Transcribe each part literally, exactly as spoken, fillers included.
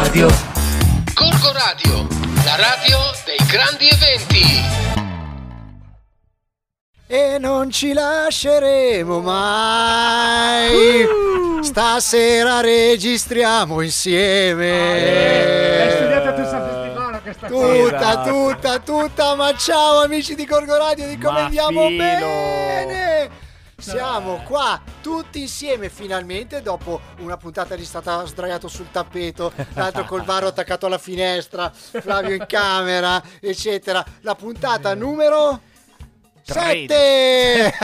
Radio. Gorgo Radio, la radio dei grandi eventi. E non ci lasceremo mai. Uh! Stasera registriamo insieme. Hai studiato tu questa settimana questa tutta, cosa. Tutta, tutta, tutta. Ma ciao amici di Gorgo Radio, di come andiamo bene. Siamo qua tutti insieme finalmente dopo una puntata di stata sdraiato sul tappeto, l'altro col varo attaccato alla finestra, Flavio in camera, eccetera. La puntata numero sette,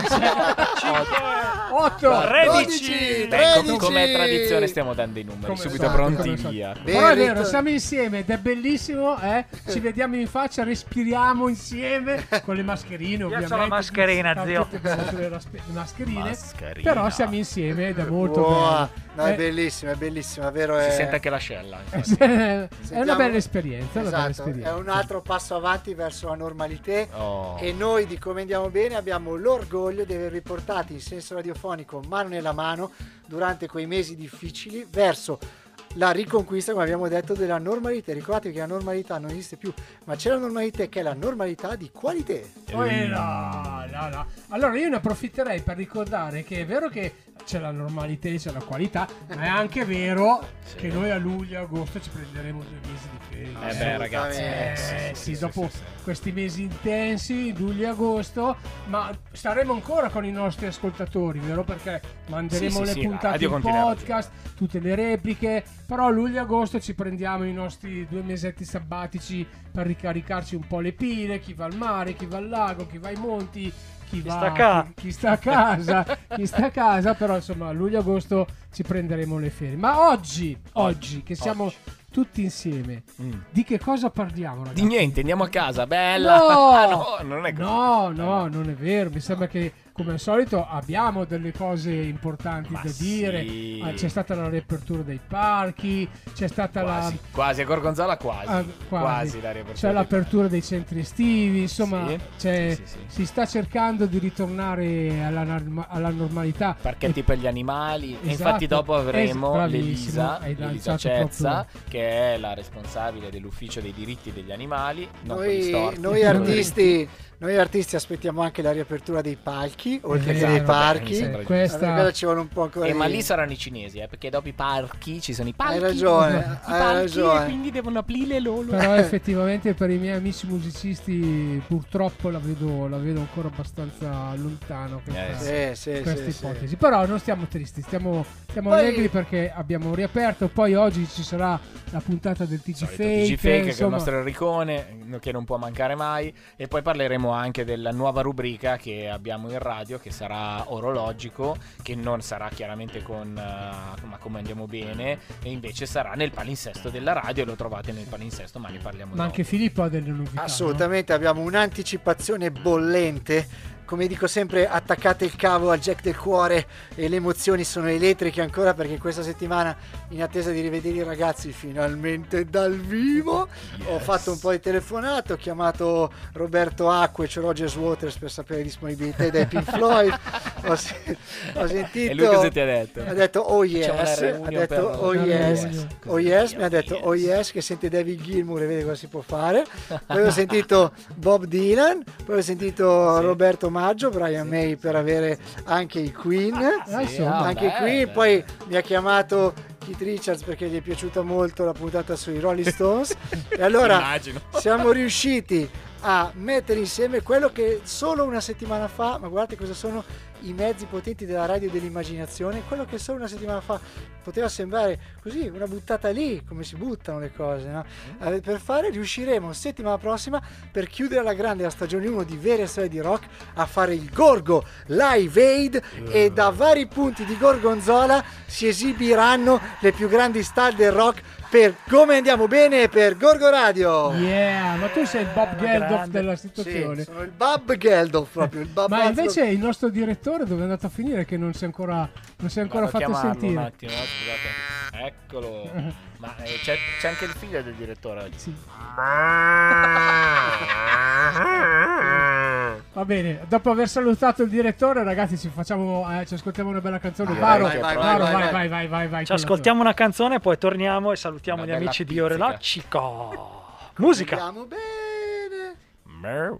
otto, tredici, ecco, come è tradizione stiamo dando i numeri, come subito esatto, pronti so. via. Però è vero, siamo insieme ed è bellissimo, eh? Ci vediamo in faccia, respiriamo insieme con le mascherine, ovviamente. la mascherina, zio. Le raspe- mascherine, Mascherina. però siamo insieme ed è molto Wow. bello. No, è Eh, bellissimo, è bellissimo, è vero. Si È... sente anche l'ascella. è Sentiamo- una bella esperienza, è una bella Esatto, esperienza. è un altro passo avanti verso la normalità. Oh. E noi di Come Andiamo Bene abbiamo l'orgoglio di avervi portati in senso radiofonico mano nella mano durante quei mesi difficili verso la riconquista, come abbiamo detto, della normalità. Ricordatevi che la normalità non esiste più, ma c'è la normalità che è la normalità di qualità. Oh, eh, no, no, no. Allora io ne approfitterei per ricordare che è vero che c'è la normalità, c'è la qualità, ma è anche vero Sì. che noi a luglio e agosto ci prenderemo due mesi di ferie. Eh beh, ragazzi, Eh, eh, sì, sì, sì, dopo sì, sì. questi mesi intensi, luglio e agosto, ma staremo ancora con i nostri ascoltatori, vero? Perché manderemo Sì, sì, le sì, la puntate radio in continuerà a podcast, tutte le repliche, però luglio e agosto ci prendiamo i nostri due mesetti sabbatici per ricaricarci un po' le pile, chi va al mare, chi va al lago, chi va ai monti, chi, va, sta a ca- chi, chi sta a casa, chi sta a casa, però insomma luglio e agosto ci prenderemo le ferie. Ma oggi, oggi che siamo oggi. tutti insieme, Mm. di che cosa parliamo, ragazzi? Di niente, andiamo a casa, bella. No, Ah, no, non è così. no, no, non è vero. Mi sembra che come al solito abbiamo delle cose importanti Ma da sì. dire. Ah, c'è stata la riapertura dei parchi, c'è stata Quasi, la quasi a Gorgonzola quasi. ah, quasi. la riapertura. c'è dei l'apertura dei centri estivi, insomma, Sì, c'è- sì, sì, sì. si sta cercando di ritornare alla, norma- alla normalità. Parchetti per gli animali. E Esatto. infatti dopo avremo Es- l'Elisa, bravissimo, hai l'Elisa lanciato Cezza, proprio- che è la responsabile dell'ufficio dei diritti degli animali. Non quelli Noi, storti. noi artisti noi artisti aspettiamo anche la riapertura dei palchi, oltre che Esatto, dei beh, parchi. mi sembra Ma questa- per quello ci vuole un po' ancora Eh, di- ma lì saranno i cinesi, eh, perché dopo i parchi ci sono i palchi. Hai ragione, i hai palchi, ragione. e quindi devono aprire loro. Però effettivamente per i miei amici musicisti purtroppo la vedo, la vedo ancora abbastanza lontano questa, Eh, Sì, sì, questa sì, sì. ipotesi. Però non stiamo tristi, stiamo, stiamo Poi- allegri perché abbiamo riaperto. Poi oggi ci sarà la puntata del T G Solito Fake, T G Fake, che è il insomma. nostro Enricone, che non può mancare mai. E poi parleremo anche della nuova rubrica che abbiamo in radio, che sarà orologico, che non sarà chiaramente con uh, ma come andiamo bene, e invece sarà nel palinsesto della radio, e lo trovate nel palinsesto, ma ne parliamo Ma dopo. anche Filippo ha delle novità. Assolutamente, abbiamo un'anticipazione bollente. Come dico sempre, attaccate il cavo al jack del cuore e le emozioni sono elettriche ancora, perché questa settimana, in attesa di rivedere i ragazzi finalmente dal vivo, Yes. ho fatto un po' di telefonate, ho chiamato Roberto Acque e Rogers Waters per sapere disponibilità dei Pink Floyd. ho, se- ho sentito, E lui cosa ti ha detto? ha detto oh C'è una yes, ha reunion detto per- oh Una yes, reunion. oh yes, mi ha detto oh yes, che sente David Gilmour e vede cosa si può fare. Poi ho sentito Bob Dylan, poi ho sentito Sì. Roberto Maggio, Brian May per avere anche i Queen, Ah, insomma. ah, anche i beh, Queen, beh. poi mi ha chiamato Keith Richards perché gli è piaciuta molto la puntata sui Rolling Stones e allora Immagino. siamo riusciti a mettere insieme quello che solo una settimana fa, ma guardate cosa sono i mezzi potenti della radio dell'immaginazione, quello che solo una settimana fa poteva sembrare così una buttata lì, come si buttano le cose, no? Eh, per fare riusciremo settimana prossima, per chiudere la grande la stagione uno di Vere Storie di Rock, a fare il Gorgo Live Aid e da vari punti di Gorgonzola si esibiranno le più grandi star del rock per Come Andiamo Bene e per Gorgo Radio. Yeah, ma tu sei il Bob una Geldof grande- della Sì, situazione. sono il Bub Geldof proprio, il Bub Ma invece il nostro direttore dove è andato a finire che non si è ancora, non si è ancora Vado a fatto chiamarlo sentire? un attimo, eh, scusate. Eccolo. Ma eh, c'è, c'è anche il figlio del direttore oggi. Sì. Va bene, dopo aver salutato il direttore, ragazzi, ci facciamo, eh, ci ascoltiamo una bella canzone. Ah, Varo, vai, vai, Varo, vai, vai, vai, vai, vai, vai, vai. Ci ascoltiamo una canzone, poi torniamo e salutiamo Una gli bella amici di pizzica. Orologico. Musica. Andiamo bene. Mer.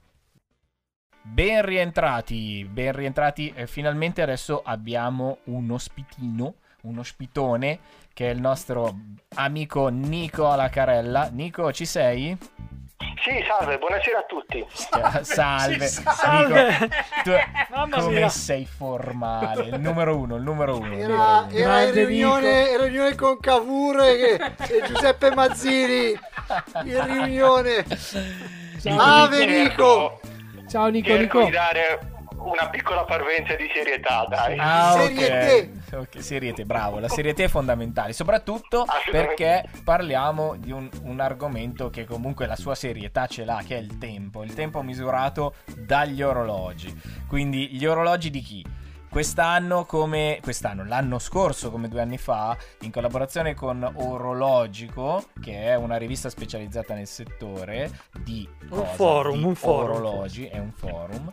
Ben rientrati, ben rientrati. Eh, finalmente adesso abbiamo un ospitino, un ospitone, che è il nostro amico Nico alla Carella. Nico, ci sei? Sì, salve, buonasera a tutti. Salve, salve. sì, salve. Nico, tu Mamma come mia. sei formale? Il numero uno, il numero uno. il numero Era, uno. era in Grande riunione, era in riunione con Cavour e, e Giuseppe Mazzini. In riunione. Ciao, Ave Nico. Ciao Nico, Cerco Nico. di dare una piccola parvenza di serietà, dai. Ah, Serie ok. Ok, serietà, bravo, la serietà è fondamentale, soprattutto Assolutamente. perché parliamo di un, un argomento che comunque la sua serietà ce l'ha, che è il tempo, il tempo misurato dagli orologi. Quindi gli orologi di chi? Quest'anno come quest'anno, l'anno scorso come due anni fa, in collaborazione con Orologico, che è una rivista specializzata nel settore di Un cosa? forum, Di un forum. orologi, è un forum.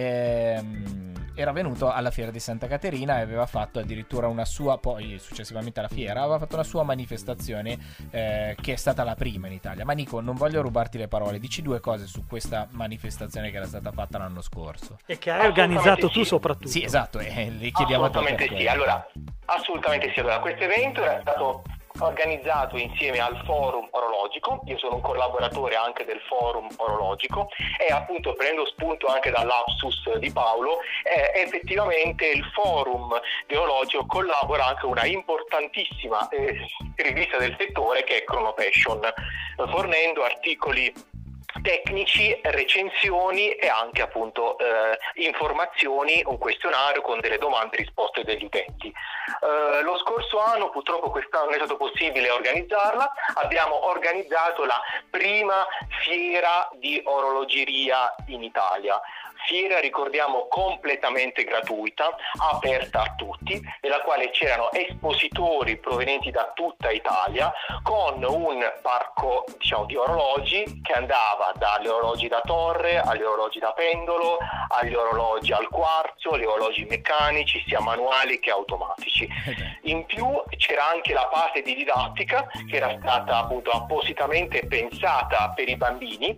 Ehm, era venuto alla fiera di Santa Caterina e aveva fatto addirittura una sua, poi successivamente alla fiera aveva fatto una sua manifestazione, eh, che è stata la prima in Italia. Ma Nico, non voglio rubarti le parole, dici due cose su questa manifestazione che era stata fatta l'anno scorso. E che hai organizzato tu sì. soprattutto. Sì, esatto, e le chiediamo a te Assolutamente perché. sì, allora, assolutamente sì. Allora, questo evento era stato organizzato insieme al Forum Orologico, io sono un collaboratore anche del Forum Orologico e appunto prendo spunto anche dall'Apsus di Paolo, eh, effettivamente il Forum di Orologico collabora anche a una importantissima eh, rivista del settore che è Chronopassion, fornendo articoli tecnici, recensioni e anche appunto eh, informazioni, un questionario con delle domande e risposte degli utenti. Eh, lo scorso anno purtroppo quest'anno non è stato possibile organizzarla, abbiamo organizzato la prima fiera di orologeria in Italia. Fiera, ricordiamo, completamente gratuita, aperta a tutti, nella quale c'erano espositori provenienti da tutta Italia con un parco, diciamo, di orologi che andava dagli orologi da torre agli orologi da pendolo, agli orologi al quarzo, agli orologi meccanici, sia manuali che automatici. In più c'era anche la parte di didattica che era stata appunto appositamente pensata per i bambini.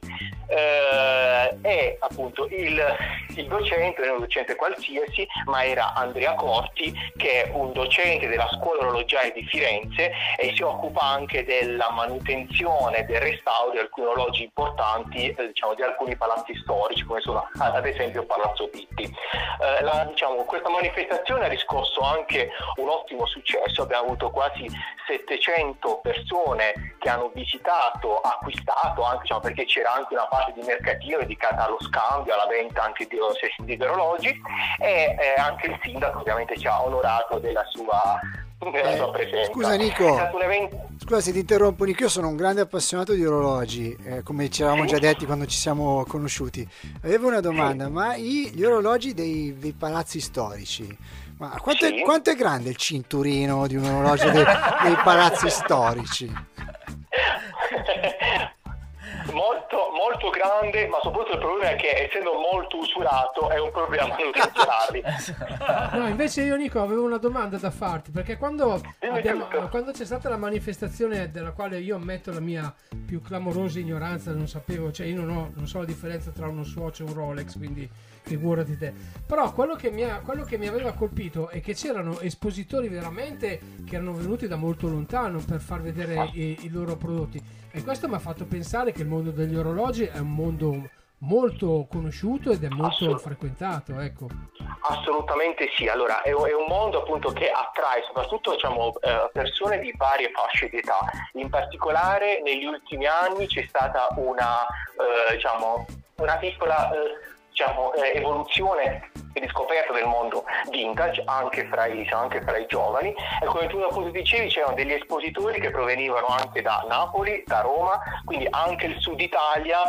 Eh, e appunto il, il docente non è un docente qualsiasi, ma era Andrea Corti, che è un docente della scuola orologiaria di Firenze e si occupa anche della manutenzione e del restauro di alcuni orologi importanti, eh, diciamo di alcuni palazzi storici come sono ad esempio Palazzo Pitti. Eh, la, diciamo, questa manifestazione ha riscosso anche un ottimo successo, abbiamo avuto quasi settecento persone che hanno visitato, acquistato anche, diciamo, perché c'era anche una parte di mercatino dedicata allo scambio, alla vendita anche di, di orologi e eh, anche il sindaco ovviamente ci ha onorato della sua, della Eh, sua presenza. scusa, Nico. È stato un evento... Scusa se ti interrompo Nico, io sono un grande appassionato di orologi, eh, come ci eravamo già detti quando ci siamo conosciuti. Avevo una domanda, ma i, gli orologi dei, dei palazzi storici, ma quanto, Sì. è, quanto è grande il cinturino di un orologio dei, dei palazzi storici? molto molto grande, ma soprattutto il problema è che essendo molto usurato è un problema manutenzionarli. No, invece io Nico avevo una domanda da farti, perché quando, Dimmi abbiamo- tutto. quando c'è stata la manifestazione della quale io ammetto la mia più clamorosa ignoranza, non sapevo, cioè io non, ho, non so la differenza tra uno Swatch e un Rolex, quindi figurati te. Però quello che mi, ha, quello che mi aveva colpito è che c'erano espositori veramente che erano venuti da molto lontano per far vedere i, i loro prodotti, e questo mi ha fatto pensare che il mondo degli orologi è un mondo molto conosciuto ed è molto Assolut- frequentato, ecco. Assolutamente sì, allora è, un- è un mondo appunto che attrae soprattutto diciamo, eh, persone di varie fasce di età, in particolare negli ultimi anni c'è stata una, eh, diciamo, una piccola eh, diciamo, eh, evoluzione e riscoperta del mondo vintage anche fra i, diciamo, anche fra i giovani, e come tu appunto dicevi c'erano degli espositori che provenivano anche da Napoli, da Roma, quindi anche il sud Italia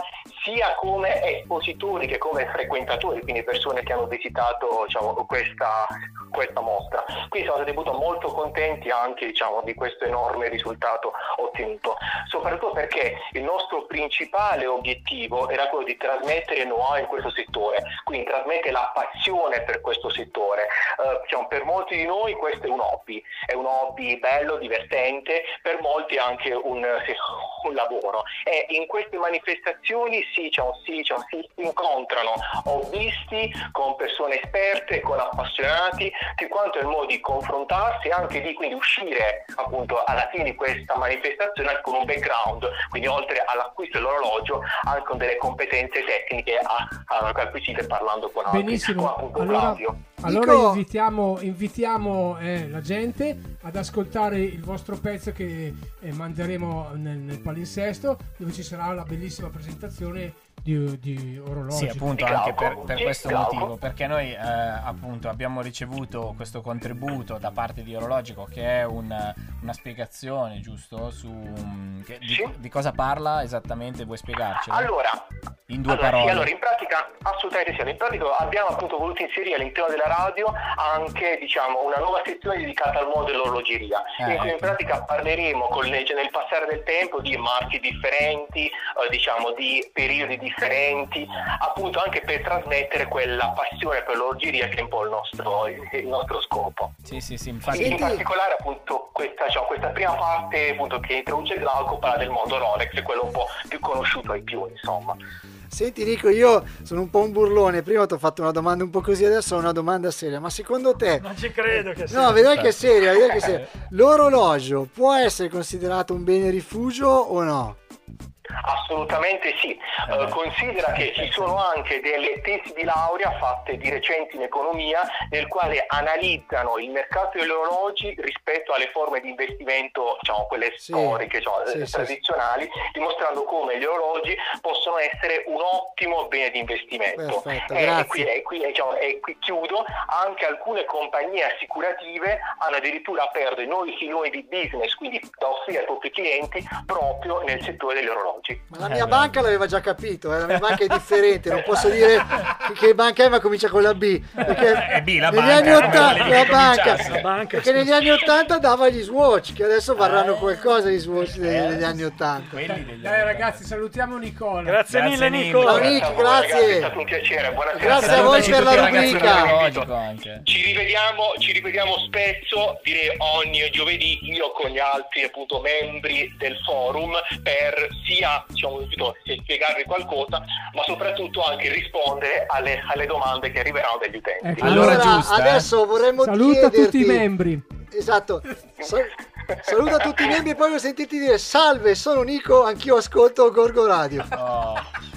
sia come espositori che come frequentatori, quindi persone che hanno visitato, diciamo, questa, questa mostra. Quindi siamo stati appunto molto contenti anche, diciamo, di questo enorme risultato ottenuto, soprattutto perché il nostro principale obiettivo era quello di trasmettere know-how in questo settore, quindi trasmettere la passione per questo settore. Uh, diciamo, per molti di noi questo è un hobby, è un hobby bello, divertente, per molti anche un, un lavoro, e in queste manifestazioni si, diciamo, si, diciamo, si incontrano hobbisti con persone esperte, con appassionati, che quanto è il modo di confrontarsi e anche di quindi uscire appunto alla fine di questa manifestazione con un background, quindi oltre all'acquisto dell'orologio anche con delle competenze tecniche a, a, acquisite parlando con altri. Benissimo, con, con allora, Claudio. allora Dico- invitiamo, invitiamo eh, la gente ad ascoltare il vostro pezzo che eh, manderemo nel, nel palinsesto, dove ci sarà la bellissima presentazione di, di orologi. Sì, appunto, Di anche Glauco. per, per Sì, questo Glauco. motivo, perché noi eh, appunto abbiamo ricevuto questo contributo da parte di Orologico, che è un- una spiegazione, giusto, su mm, che- di, Sì. di cosa parla esattamente, vuoi spiegarcelo? Allora, in due allora, parole. sì, allora in pratica assolutamente sì. In pratica abbiamo appunto voluto inserire all'interno della radio anche, diciamo, una nuova sezione dedicata al mondo dell'orologeria, Ah, in cui in ecco. pratica parleremo con le- nel passare del tempo di marchi differenti, eh, diciamo di periodi differenti, appunto anche per trasmettere quella passione per l'orologeria che è un po' il nostro, il nostro scopo. Sì, sì, sì, In infatti. particolare appunto questa, diciamo, questa prima parte appunto che introduce Glauco parla del mondo Rolex, quello un po' più conosciuto ai più, insomma. Senti Nico, io sono un po' un burlone, prima ti ho fatto una domanda un po' così, adesso ho una domanda seria, ma secondo te... Non ci credo che sia. No, vedrai che è seria, vedrai che è seria. L'orologio può essere considerato un bene rifugio o no? Assolutamente sì. Eh, considera che ci sono anche delle tesi di laurea fatte di recente in economia nel quale analizzano il mercato degli orologi rispetto alle forme di investimento, diciamo quelle Sì, storiche, diciamo, sì, eh, sì, tradizionali, dimostrando come gli orologi possono essere un ottimo bene di investimento. Perfetto, e, grazie. e qui, e qui, diciamo, e qui chiudo, anche alcune compagnie assicurative hanno addirittura aperto nuovi filoni di business, quindi da offrire ai propri clienti proprio nel settore degli orologi. Ma la mia banca l'aveva già capito, eh, la mia banca è differente, non posso dire che, che banca è, ma comincia con la B. Perché Eh, B, la negli banca, anni non ottanta volevi la che banca, cominciasse. La banca, perché negli anni ottanta dava gli swatch, che adesso varranno Eh. qualcosa gli swatch degli, Eh, degli anni ottanta. Quelli degli Dai ragazzi, salutiamo Nicola. Grazie, Grazie mille Nico. Nico. Ciao, Nick, a voi, grazie. ragazzi, è stato un piacere. Buonasera. Grazie a voi Salutaci per la tutti i ragazzi rubrica. dell'orologico anche. Ci rivediamo, ci rivediamo spesso, direi ogni giovedì, io con gli altri appunto membri del forum, per sia, diciamo, spiegarvi qualcosa, ma soprattutto anche rispondere alle, alle domande che arriveranno dagli utenti. Ecco. Allora, Allora, giusta, eh. adesso vorremmo Saluta chiederti... tutti i membri. Esatto. Sa- saluta tutti i membri e poi voglio sentirti dire: salve, sono Nico, anch'io ascolto Gorgo Radio. Oh.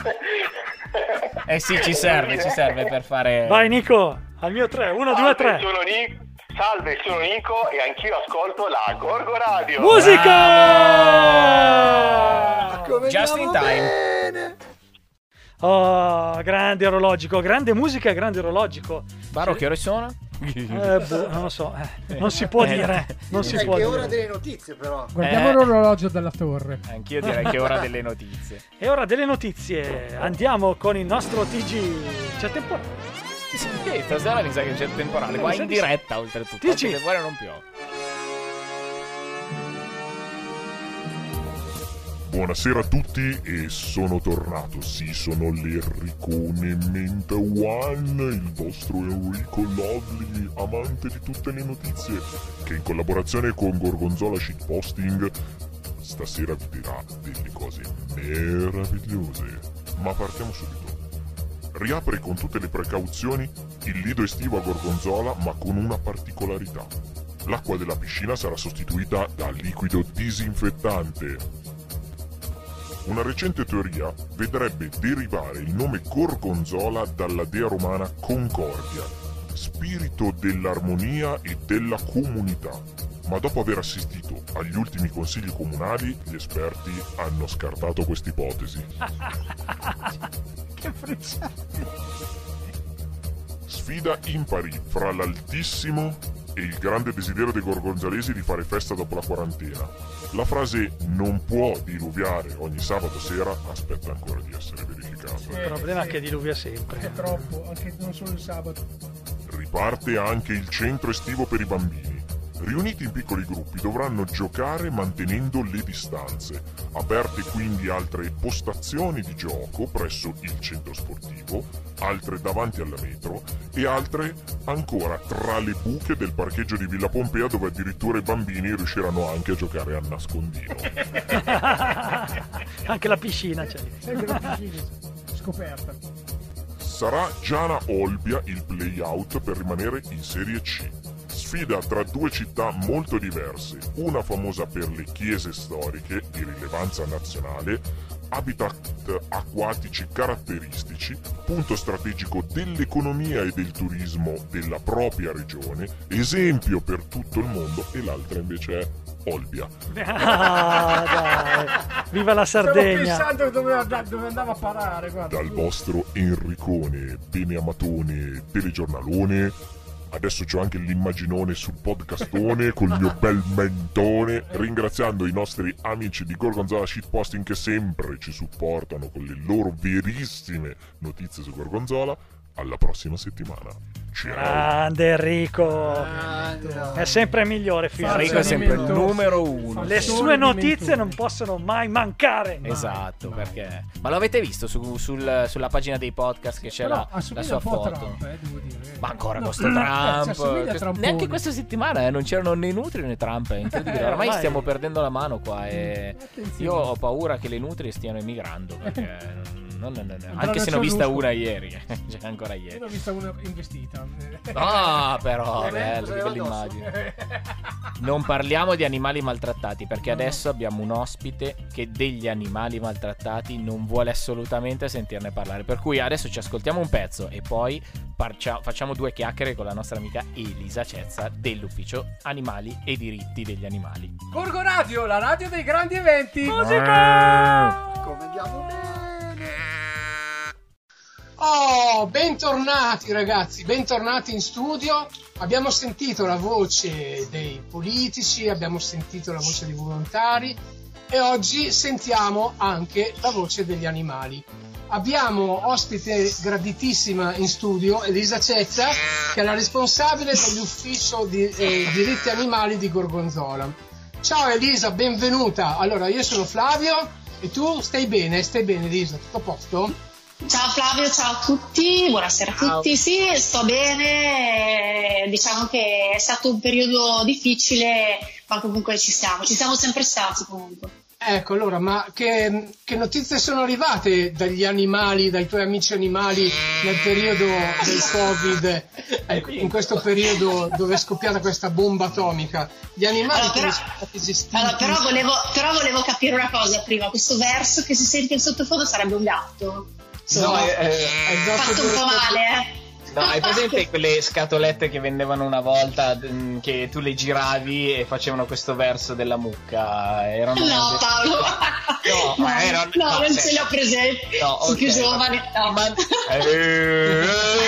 Eh sì, ci serve, ci serve per fare. Vai Nico, al mio tre. uno, due, Salve, tre. sono Nico. Salve, sono Nico e anch'io ascolto la Gorgo Radio. Musica! Ma come Just andiamo in time. bene? Oh, grande orologico, grande musica e grande orologico. Baro, che ore sono? Eh, boh, non lo so, eh, non si può Eh, dire, non si È può che è ora dire. delle notizie, però. Guardiamo Eh. l'orologio della torre. Anch'io direi che è ora delle notizie. E ora delle notizie, andiamo con il nostro T G. C'è tempo? Sì, stasera mi sa che c'è il temporale. Qua in diretta, oltretutto. Dici? Anche se fuori non piove. Buonasera a tutti e sono tornato, sì, sono l'Enricone Menta One, il vostro Enrico Lovely, amante di tutte le notizie, che in collaborazione con Gorgonzola Shitposting stasera vi dirà delle cose meravigliose. Ma partiamo subito. Riapre con tutte le precauzioni il lido estivo a Gorgonzola, ma con una particolarità. L'acqua della piscina sarà sostituita da liquido disinfettante. Una recente teoria vedrebbe derivare il nome Gorgonzola dalla dea romana Concordia, spirito dell'armonia e della comunità. Ma dopo aver assistito agli ultimi consigli comunali, gli esperti hanno scartato quest'ipotesi. Che frizzante. Sfida impari fra l'Altissimo e il grande desiderio dei gorgonzalesi di fare festa dopo la quarantena. La frase "non può diluviare ogni sabato sera" aspetta ancora di essere verificata. Sì, Il problema sì. è che diluvia sempre. È troppo, anche non solo il sabato. Riparte anche il centro estivo per i bambini. Riuniti in piccoli gruppi dovranno giocare mantenendo le distanze. Aperte quindi altre postazioni di gioco presso il centro sportivo, altre davanti alla metro e altre ancora tra le buche del parcheggio di Villa Pompea, dove addirittura i bambini riusciranno anche a giocare a nascondino. Anche la piscina c'è. Sempre la piscina scoperta. Sarà Giana Olbia il play-out per rimanere in Serie C. Sfida tra due città molto diverse, una famosa per le chiese storiche di rilevanza nazionale, habitat acquatici caratteristici, punto strategico dell'economia e del turismo della propria regione, esempio per tutto il mondo, e l'altra invece è Olbia. Ah, dai. Viva la Sardegna. Stavo pensando dove, and- dove andava a parare, guarda. Dal vostro Enricone, beneamatone, telegiornalone, adesso c'ho anche l'immaginone sul podcastone col mio bel mentone, ringraziando i nostri amici di Gorgonzola Shitposting che sempre ci supportano con le loro verissime notizie su Gorgonzola. Alla prossima settimana. Ciao. Grande Enrico. Grande. È sempre migliore. figlio. Enrico è sempre il numero uno. Le sue notizie non possono mai mancare. Esatto, perché... Ma lo avete visto su- sul- sulla pagina dei podcast che c'è Però la, la assomiglia sua un po' a foto? Trump, eh, devo dire. Ma ancora No, con sto eh, Trump, si assomiglia a questo- Trumpone. neanche questa settimana eh, non c'erano né Nutri né Trump, è incredibile. Eh, Ormai ormai- stiamo perdendo la mano qua e Attenzione. io ho paura che le Nutri stiano emigrando perché non- non- non- Andranno anche se ne ho sul vista rusco. una ieri, cioè ancora Io ieri. ne ho vista una investita. Ah, però, Eh, bello, cosa che aveva bella addosso? immagine. Non parliamo di animali maltrattati perché adesso abbiamo un ospite che degli animali maltrattati non vuole assolutamente sentirne parlare. Per cui adesso ci ascoltiamo un pezzo e poi parcia- facciamo due chiacchiere con la nostra amica Elisa Cezza dell'ufficio Animali e Diritti degli Animali. Gorgo Radio, la radio dei grandi eventi. Come andiamo bene. Oh, bentornati ragazzi, bentornati in studio. Abbiamo sentito la voce dei politici, abbiamo sentito la voce dei volontari e oggi sentiamo anche la voce degli animali. Abbiamo ospite graditissima in studio, Elisa Cezza, che è la responsabile dell'ufficio di eh, diritti animali di Gorgonzola. Ciao Elisa, benvenuta. Allora, io sono Flavio e tu stai bene? Stai bene Elisa? Tutto a posto? Ciao Flavio, ciao a tutti, buonasera a tutti. Sì, sto bene, eh, diciamo che è stato un periodo difficile, ma comunque ci siamo, ci siamo sempre stati comunque. Ecco, allora, ma che, che notizie sono arrivate dagli animali, dai tuoi amici animali nel periodo del Covid, ecco, in questo periodo dove è scoppiata questa bomba atomica? Gli animali Allora, come però- sono stati gestiti? Allora, però volevo, però volevo capire una cosa prima, questo verso che si sente in sottofondo sarebbe un gatto? No, Insomma, eh, eh, È il gatto fatto un po' di- male, eh? No, hai presente quelle scatolette che vendevano una volta mm, che tu le giravi e facevano questo verso della mucca? Erano No, Paolo. No, No, ma erano- no, no, non se- ce li ho presenti. No, Sono ok, più ma- giovane. No. Ti man- Eh,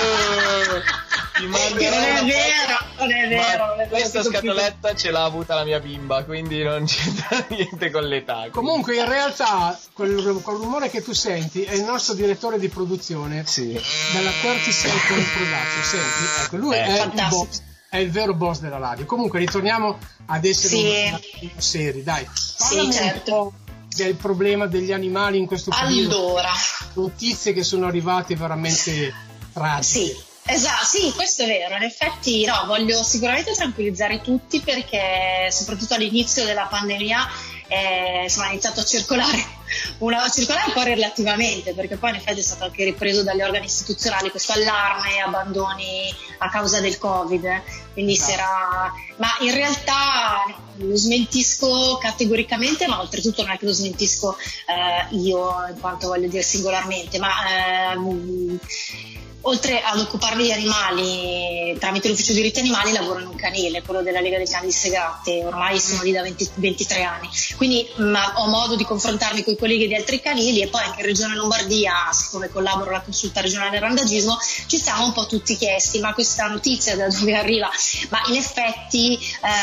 ti manderò Che non è una vero, foto. non è vero. Ma non è questa vero. scatoletta ce l'ha avuta la mia bimba, quindi non c'entra niente con l'età. Comunque in realtà quel, quel rumore che tu senti è il nostro direttore di produzione Sì. della thirty Second Production. Senti, ecco, lui Eh, è il, fantastico. boss, è il vero boss della radio. Comunque ritorniamo ad essere Sì. un, un attimo seri, dai. Parlami un certo. po' del problema degli animali in questo periodo. Allora, Notizie che sono arrivate veramente tragiche. sì, esatto, sì, questo è vero. In effetti, no, voglio sicuramente tranquillizzare tutti perché, soprattutto all'inizio della pandemia, eh, insomma, è iniziato a circolare, una, a circolare un po' relativamente, perché poi in effetti è stato anche ripreso dagli organi istituzionali questo allarme abbandoni a causa del Covid. eh. Quindi si era. Ma in realtà no, lo smentisco categoricamente, ma oltretutto non è che lo smentisco eh, io, in quanto voglio dire singolarmente, ma ehm, oltre ad occuparmi di animali tramite l'ufficio diritti animali, lavoro in un canile, quello della Lega dei Cani di Segrate, ormai sono lì da venti, ventitré anni, quindi mh, ho modo di confrontarmi con i colleghi di altri canili, e poi anche in Regione Lombardia, siccome collaboro alla consulta regionale randagismo, ci siamo un po' tutti chiesti: ma questa notizia da dove arriva? Ma in effetti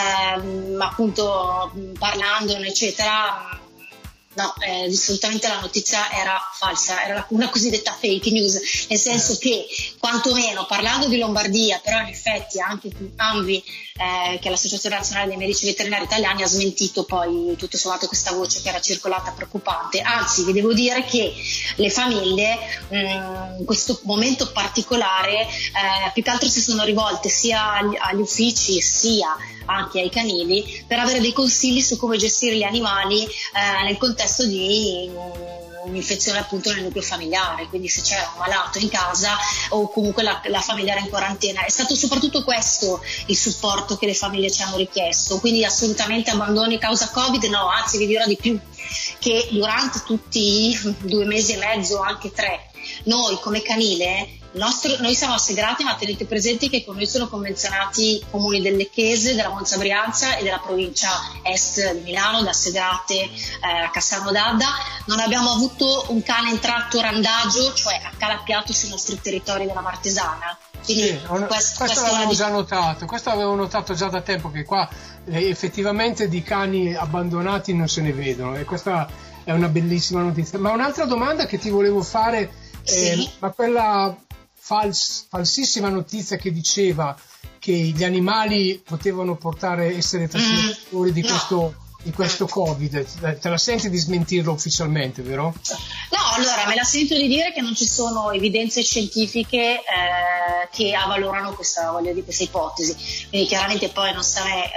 ehm, appunto parlandone eccetera, no, eh, assolutamente la notizia era falsa, era una cosiddetta fake news, nel senso che quantomeno parlando di Lombardia, però in effetti anche ANVI, eh, che è l'Associazione Nazionale dei Medici Veterinari Italiani, ha smentito poi tutto sommato questa voce che era circolata preoccupante. Anzi, vi devo dire che le famiglie mh, in questo momento particolare eh, più che altro si sono rivolte sia agli, agli uffici sia anche ai canili per avere dei consigli su come gestire gli animali eh, nel contesto di un'infezione appunto nel nucleo familiare, quindi se c'è un malato in casa o comunque la, la famiglia era in quarantena. È stato soprattutto questo il supporto che le famiglie ci hanno richiesto, quindi assolutamente abbandoni causa Covid no, anzi vi dirò di più, che durante tutti i due mesi e mezzo, anche tre, noi come canile, il nostro, noi siamo assegurati, ma tenete presente che con noi sono convenzionati i comuni del Lecchese, della Monza Brianza e della provincia est di Milano, da Segrate eh, a Cassano d'Adda. Non abbiamo avuto un cane in tratto randagio, cioè accalappiato sui nostri territori della Martesana. Quindi sì, questo, questo, questo l'avevo già notato, questo l'avevo notato già da tempo, che qua eh, effettivamente di cani abbandonati non se ne vedono, e questa è una bellissima notizia. Ma un'altra domanda che ti volevo fare, eh, sì. ma quella fals, falsissima notizia che diceva che gli animali potevano portare, essere trasmettitori mm, di no. questo di questo Covid, te la senti di smentirlo ufficialmente, vero? No, allora me la sento di dire che non ci sono evidenze scientifiche eh, che avvalorano questa, voglio dire, questa ipotesi, quindi chiaramente poi non sta a me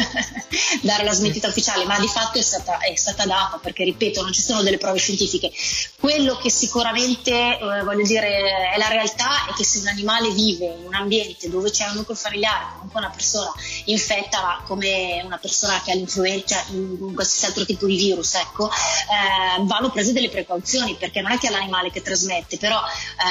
eh, dare la smentita ufficiale, ma di fatto è stata, è stata data, perché ripeto non ci sono delle prove scientifiche. Quello che sicuramente eh, voglio dire è la realtà è che se un animale vive in un ambiente dove c'è un nucleo familiare, comunque una persona infetta come una persona che ha l'influenza, in qualsiasi altro tipo di virus, ecco, eh, vanno prese delle precauzioni, perché non è che è l'animale che trasmette, però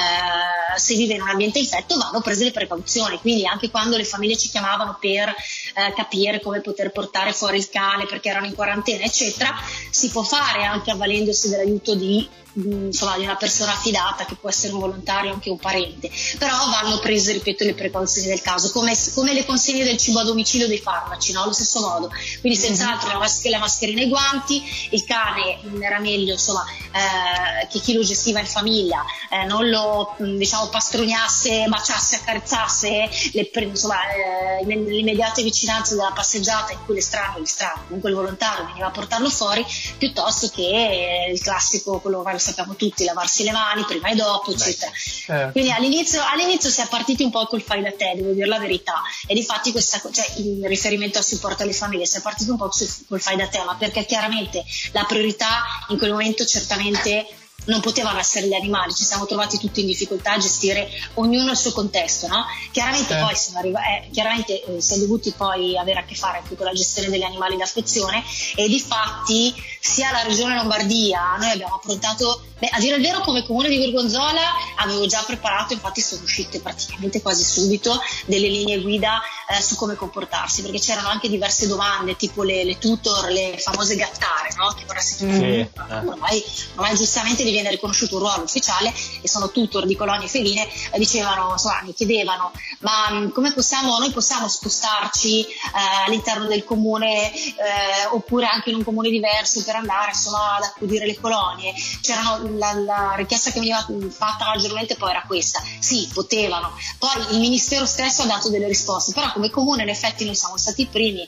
eh, se vive in un ambiente infetto vanno prese le precauzioni. Quindi anche quando le famiglie ci chiamavano per eh, capire come poter portare fuori il cane perché erano in quarantena eccetera, si può fare anche avvalendosi dell'aiuto di insomma di una persona affidata, che può essere un volontario o anche un parente, però vanno prese, ripeto, le precauzioni del caso, come, come le consegne del cibo a domicilio, dei farmaci, no? Allo stesso modo, quindi senz'altro la, mas- la mascherina e i guanti. Il cane era meglio insomma eh, che chi lo gestiva in famiglia eh, non lo diciamo pastrugnasse, baciasse, accarezzasse le, insomma eh, nell'immediate vicinanza della passeggiata in cui l'estraneo, l'estraneo comunque il volontario veniva a portarlo fuori, piuttosto che eh, il classico, quello lo sappiamo tutti, lavarsi le mani prima e dopo eccetera. Eh. Quindi all'inizio, all'inizio si è partiti un po' col fai da te, devo dire la verità, e difatti questa, cioè, in riferimento al supporto alle famiglie si è partito un po' col fai da te, ma perché chiaramente la priorità in quel momento certamente non potevano essere gli animali, ci siamo trovati tutti in difficoltà a gestire ognuno il suo contesto, no? Chiaramente eh. poi si, arriva, eh, chiaramente, eh, si è dovuti poi avere a che fare anche con la gestione degli animali d'affezione, e difatti sia la regione Lombardia, noi abbiamo approntato, beh, a dire il vero come comune di Gorgonzola avevo già preparato, infatti sono uscite praticamente quasi subito delle linee guida eh, su come comportarsi, perché c'erano anche diverse domande tipo le, le tutor, le famose gattare, no? Che ora si chiamano, sì. eh. ormai, ormai giustamente viene riconosciuto un ruolo ufficiale e sono tutor di colonie feline, eh, dicevano, insomma, mi chiedevano ma mh, come possiamo, noi possiamo spostarci eh, all'interno del comune eh, oppure anche in un comune diverso per andare insomma ad accudire le colonie. C'erano, la, la richiesta che veniva fatta maggiormente poi era questa, sì, potevano, poi il ministero stesso ha dato delle risposte, però come comune in effetti noi siamo stati i primi,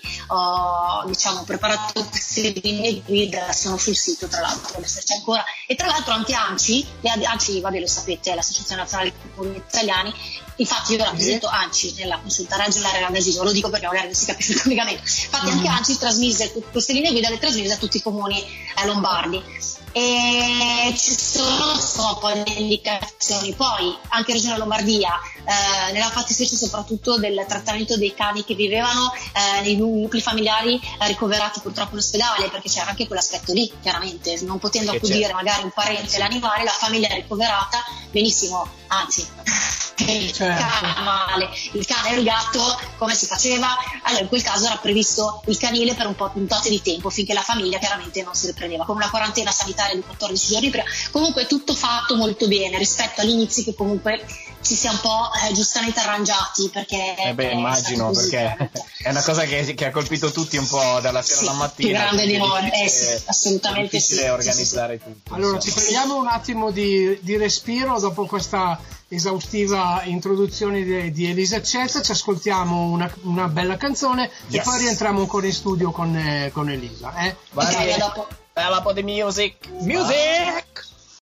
ho diciamo preparato queste linee guida, sono sul sito tra l'altro, deve esserci ancora, e tra l'altro anche ANCI, le ANCI, vabbè lo sapete, è l'Associazione Nazionale dei Comuni Italiani, infatti io rappresento ANCI nella consulta regionale randagismo, lo dico perché magari non si capisce il collegamento, infatti anche ANCI trasmise queste linee guida, le trasmise a tutti i comuni eh, lombardi, e ci sono, sono poi delle indicazioni, poi anche Regione Lombardia eh, nella fattispecie soprattutto del trattamento dei cani che vivevano eh, nei nuclei familiari eh, ricoverati purtroppo in ospedale, perché c'era anche quell'aspetto lì, chiaramente non potendo accudire magari un parente l'animale, la famiglia è ricoverata benissimo, anzi il Certo. cane, il cane e il gatto, come si faceva? Allora in quel caso era previsto il canile per un po' puntate di tempo, finché la famiglia chiaramente non si riprendeva, con una quarantena sanitaria di quattordici giorni prima. Comunque tutto fatto molto bene rispetto agli inizi, che comunque ci si è un po' eh, giustamente arrangiati, perché Eh beh, è immagino, stato così, perché veramente. è una cosa che, che ha colpito tutti un po' dalla sera Sì, alla mattina. più grande di quindi è noi, eh difficile- sì, assolutamente è difficile sì, organizzare tutto. Allora ci insomma. prendiamo un attimo di, di respiro dopo questa esaustiva introduzione di, di Elisa Eccezza, ci ascoltiamo una, una bella canzone Yes. e poi rientriamo ancora in studio con, eh, con Elisa. Eh? Vai, Ok, a dopo. bella po' di music. Music!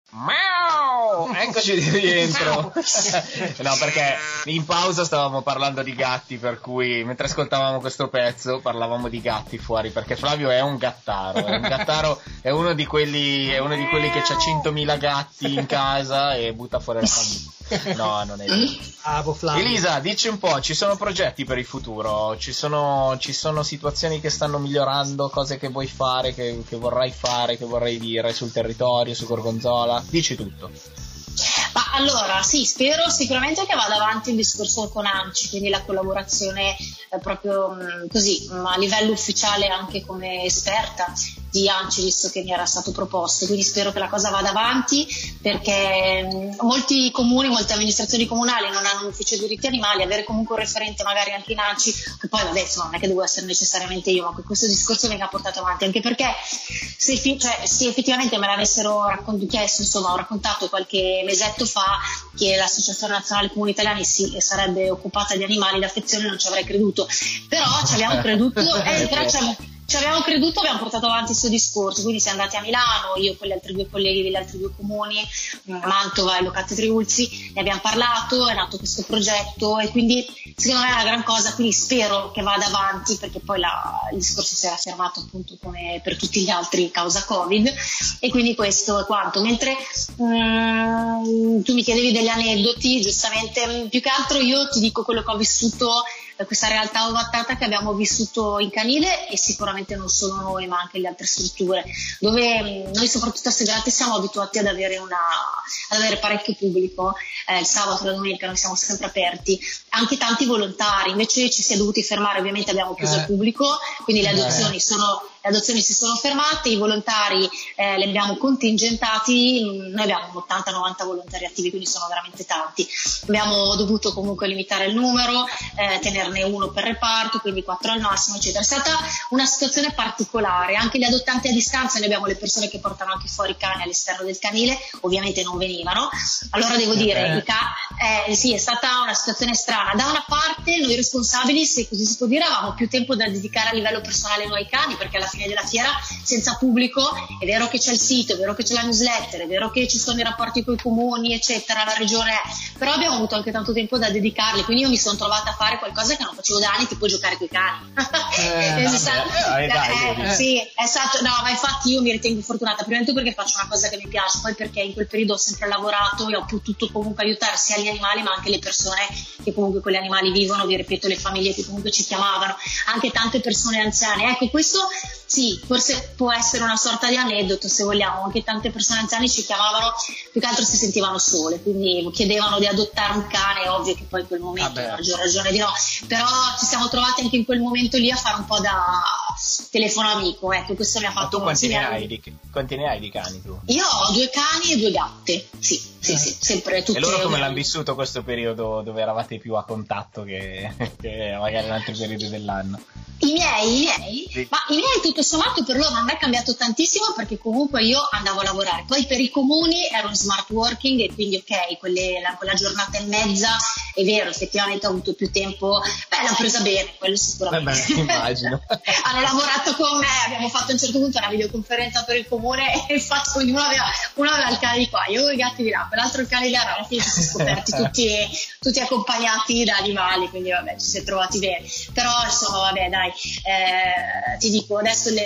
Miau! Eccoci di rientro. No, perché in pausa stavamo parlando di gatti, per cui mentre ascoltavamo questo pezzo parlavamo di gatti fuori, perché Flavio è un gattaro, è un gattaro, è uno di quelli, è uno di quelli che ha centomila gatti in casa e butta fuori la famiglia. No, non è vero. Bravo Flavio. Elisa, dici un po', ci sono progetti per il futuro? Ci sono, ci sono situazioni che stanno migliorando, cose che vuoi fare, che, che vorrai fare, che vorrai dire sul territorio, su Gorgonzola? Dici tutto. Ma allora, sì, spero sicuramente che vada avanti il discorso con ANCI, quindi la collaborazione eh, proprio mh, così, mh, a livello ufficiale anche come esperta di ANCI, visto che mi era stato proposto, quindi spero che la cosa vada avanti, perché mh, molti comuni, molte amministrazioni comunali non hanno un ufficio diritti animali, avere comunque un referente magari anche in ANCI, che poi vabbè, insomma, non è che devo essere necessariamente io, ma che questo discorso venga portato avanti, anche perché se, fi- cioè, se effettivamente me l'avessero raccont- chiesto, insomma, ho raccontato qualche mesetto fa che l'Associazione Nazionale Comuni Italiani si sarebbe occupata di animali d'affezione, non ci avrei creduto, però ci abbiamo creduto, eh, però ci abbiamo, ci abbiamo creduto, abbiamo portato avanti il suo discorso, quindi siamo andati a Milano, io con gli altri due colleghi degli altri due comuni, Mantova e Locate Triulzi, ne abbiamo parlato, è nato questo progetto e quindi secondo me è una gran cosa, quindi spero che vada avanti, perché poi la, il discorso si era fermato appunto come per tutti gli altri causa Covid, e quindi questo è quanto. Mentre mm, tu mi chiedevi degli aneddoti, giustamente, più che altro io ti dico quello che ho vissuto, questa realtà ovattata che abbiamo vissuto in canile, e sicuramente non solo noi ma anche le altre strutture, dove noi soprattutto a Segrate siamo abituati ad avere, una, ad avere parecchio pubblico, eh, il sabato e la domenica noi siamo sempre aperti, anche tanti volontari, invece ci si è dovuti fermare, ovviamente abbiamo chiuso Eh. il pubblico, quindi le Eh. adozioni sono... Le adozioni si sono fermate, i volontari eh, li abbiamo contingentati, noi abbiamo ottanta novanta volontari attivi, quindi sono veramente tanti. Abbiamo dovuto comunque limitare il numero, eh, tenerne uno per reparto, quindi quattro al massimo, eccetera. È stata una situazione particolare, anche gli adottanti a distanza, noi abbiamo le persone che portano anche fuori i cani all'esterno del canile, ovviamente non venivano. Allora devo dire, Eh. i ca- eh, sì, è stata una situazione strana. Da una parte noi responsabili, se così si può dire, avevamo più tempo da dedicare a livello personale noi ai cani, perché alla fine della fiera senza pubblico è vero che c'è il sito, è vero che c'è la newsletter, è vero che ci sono i rapporti con i comuni eccetera, la regione è, però abbiamo avuto anche tanto tempo da dedicarli, quindi io mi sono trovata a fare qualcosa che non facevo da anni, tipo giocare con i cani. Eh, Eh, sa- vabbè, eh, dai, eh, vedi. sì, esatto, no, ma infatti io mi ritengo fortunata, prima di tutto perché faccio una cosa che mi piace, poi perché in quel periodo ho sempre lavorato e ho potuto comunque aiutare sia gli animali ma anche le persone che comunque con gli animali vivono, vi ripeto, le famiglie che comunque ci chiamavano, anche tante persone anziane. Ecco, questo sì, forse può essere una sorta di aneddoto se vogliamo, anche tante persone anziane ci chiamavano, più che altro si sentivano sole, quindi chiedevano di adottare un cane, è ovvio che poi in quel momento Vabbè. a maggior ragione di no, però ci siamo trovati anche in quel momento lì a fare un po' da telefono amico, ecco, questo mi ha Ma fatto tu quanti sì, ne mi ha- hai di, quanti ne hai di cani tu? Io ho due cani e due gatte, sì, sì, sì, sempre tutte. E loro come l'hanno vissuto questo periodo dove eravate più a contatto che, che magari in altri periodi dell'anno? I miei, i miei? Sì. Ma i miei tutto sommato per loro non è cambiato tantissimo, perché comunque io andavo a lavorare, poi per i comuni ero in smart working e quindi ok, quelle, la, quella giornata e mezza è vero, effettivamente ho avuto più tempo, beh l'ho presa bene, quello sicuramente. Eh beh, immagino. Hanno lavorato con me, abbiamo fatto a un certo punto una videoconferenza per il comune e infatti uno aveva, uno aveva il cane di qua, io i gatti di là, per l'altro il cane di là, alla fine ci siamo scoperti tutti, tutti accompagnati da animali, quindi vabbè ci si è trovati bene, però insomma vabbè dai, eh, ti dico adesso le,